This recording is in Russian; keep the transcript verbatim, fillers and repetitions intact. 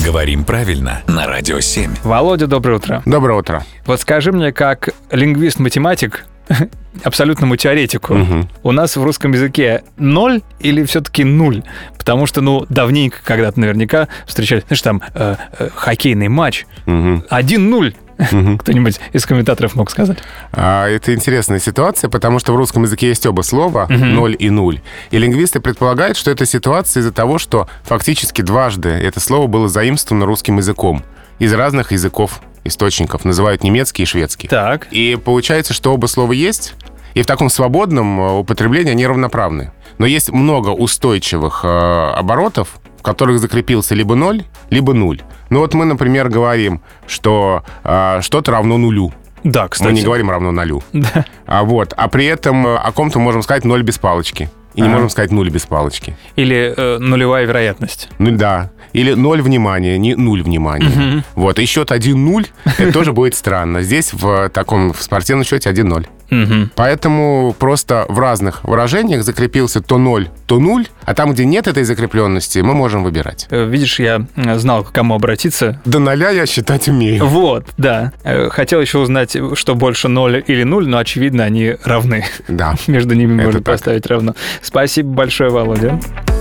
Говорим правильно на Радио семь. Володя, доброе утро. Доброе утро. Вот скажи мне, как лингвист-математик, абсолютному теоретику, угу. у нас в русском языке ноль или все-таки нуль? Потому что, ну, давненько когда-то наверняка встречали, знаешь, там э, э, хоккейный матч, угу. один ноль. Угу. Кто-нибудь из комментаторов мог сказать? А, это интересная ситуация, потому что в русском языке есть оба слова, угу. ноль и нуль. И лингвисты предполагают, что это ситуация из-за того, что фактически дважды это слово было заимствовано русским языком из разных языков, источников, называют немецкий и шведский. Так. И получается, что оба слова есть, и в таком свободном употреблении они равноправны. Но есть много устойчивых э, оборотов, в которых закрепился либо ноль, либо нуль. Ну вот мы, например, говорим, что э, что-то равно нулю. Да, кстати. Мы не говорим равно нулю. Да. А, вот, а при этом о ком-то можем сказать ноль без палочки. И не а. можем сказать нуль без палочки. Или э, нулевая вероятность. Ну да. Или ноль внимания, не нуль внимания. Угу. Вот. И счет один ноль, это тоже будет странно. Здесь в таком в спортивном счете один ноль. Угу. Поэтому просто в разных выражениях закрепился то ноль, то нуль, а там, где нет этой закрепленности, мы можем выбирать. Видишь, я знал, к кому обратиться. До ноля я считать умею. Вот, да. Хотел еще узнать, что больше ноль или нуль, но, очевидно, они равны. Да. Между ними можно поставить равно. Спасибо большое, Володя.